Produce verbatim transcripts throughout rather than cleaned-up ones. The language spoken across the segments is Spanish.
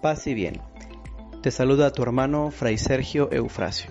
Paz y bien. Te saluda tu hermano Fray Sergio Eufrasio.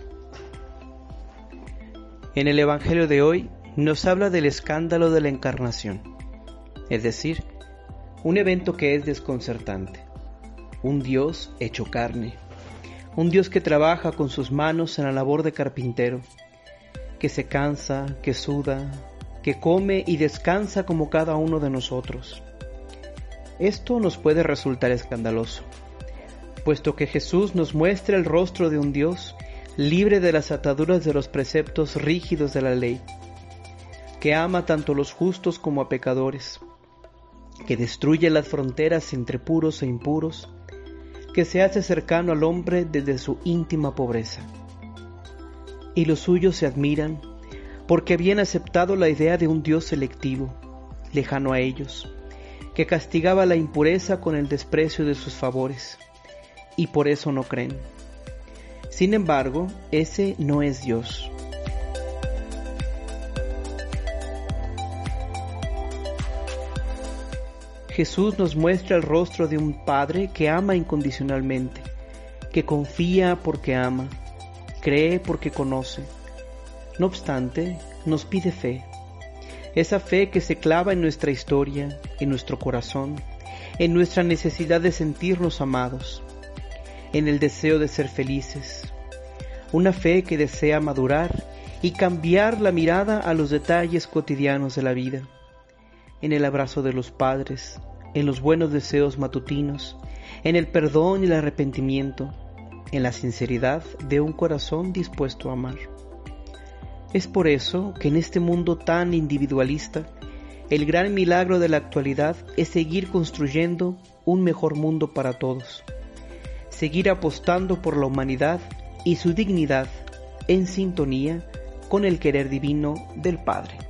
En el Evangelio de hoy nos habla del escándalo de la encarnación, es decir, un evento que es desconcertante, un Dios hecho carne, un Dios que trabaja con sus manos en la labor de carpintero, que se cansa, que suda, que come y descansa como cada uno de nosotros. Esto nos puede resultar escandaloso, puesto que Jesús nos muestra el rostro de un Dios libre de las ataduras de los preceptos rígidos de la ley, que ama tanto a los justos como a pecadores, que destruye las fronteras entre puros e impuros, que se hace cercano al hombre desde su íntima pobreza. Y los suyos se admiran porque habían aceptado la idea de un Dios selectivo, lejano a ellos, que castigaba la impureza con el desprecio de sus favores, y por eso no creen. Sin embargo, ese no es Dios. Jesús nos muestra el rostro de un Padre que ama incondicionalmente, que confía porque ama, cree porque conoce. No obstante, nos pide fe, esa fe que se clava en nuestra historia, en nuestro corazón, en nuestra necesidad de sentirnos amados, en el deseo de ser felices, una fe que desea madurar y cambiar la mirada a los detalles cotidianos de la vida, en el abrazo de los padres, en los buenos deseos matutinos, en el perdón y el arrepentimiento, en la sinceridad de un corazón dispuesto a amar. Es por eso que en este mundo tan individualista, el gran milagro de la actualidad es seguir construyendo un mejor mundo para todos, seguir apostando por la humanidad y su dignidad en sintonía con el querer divino del Padre.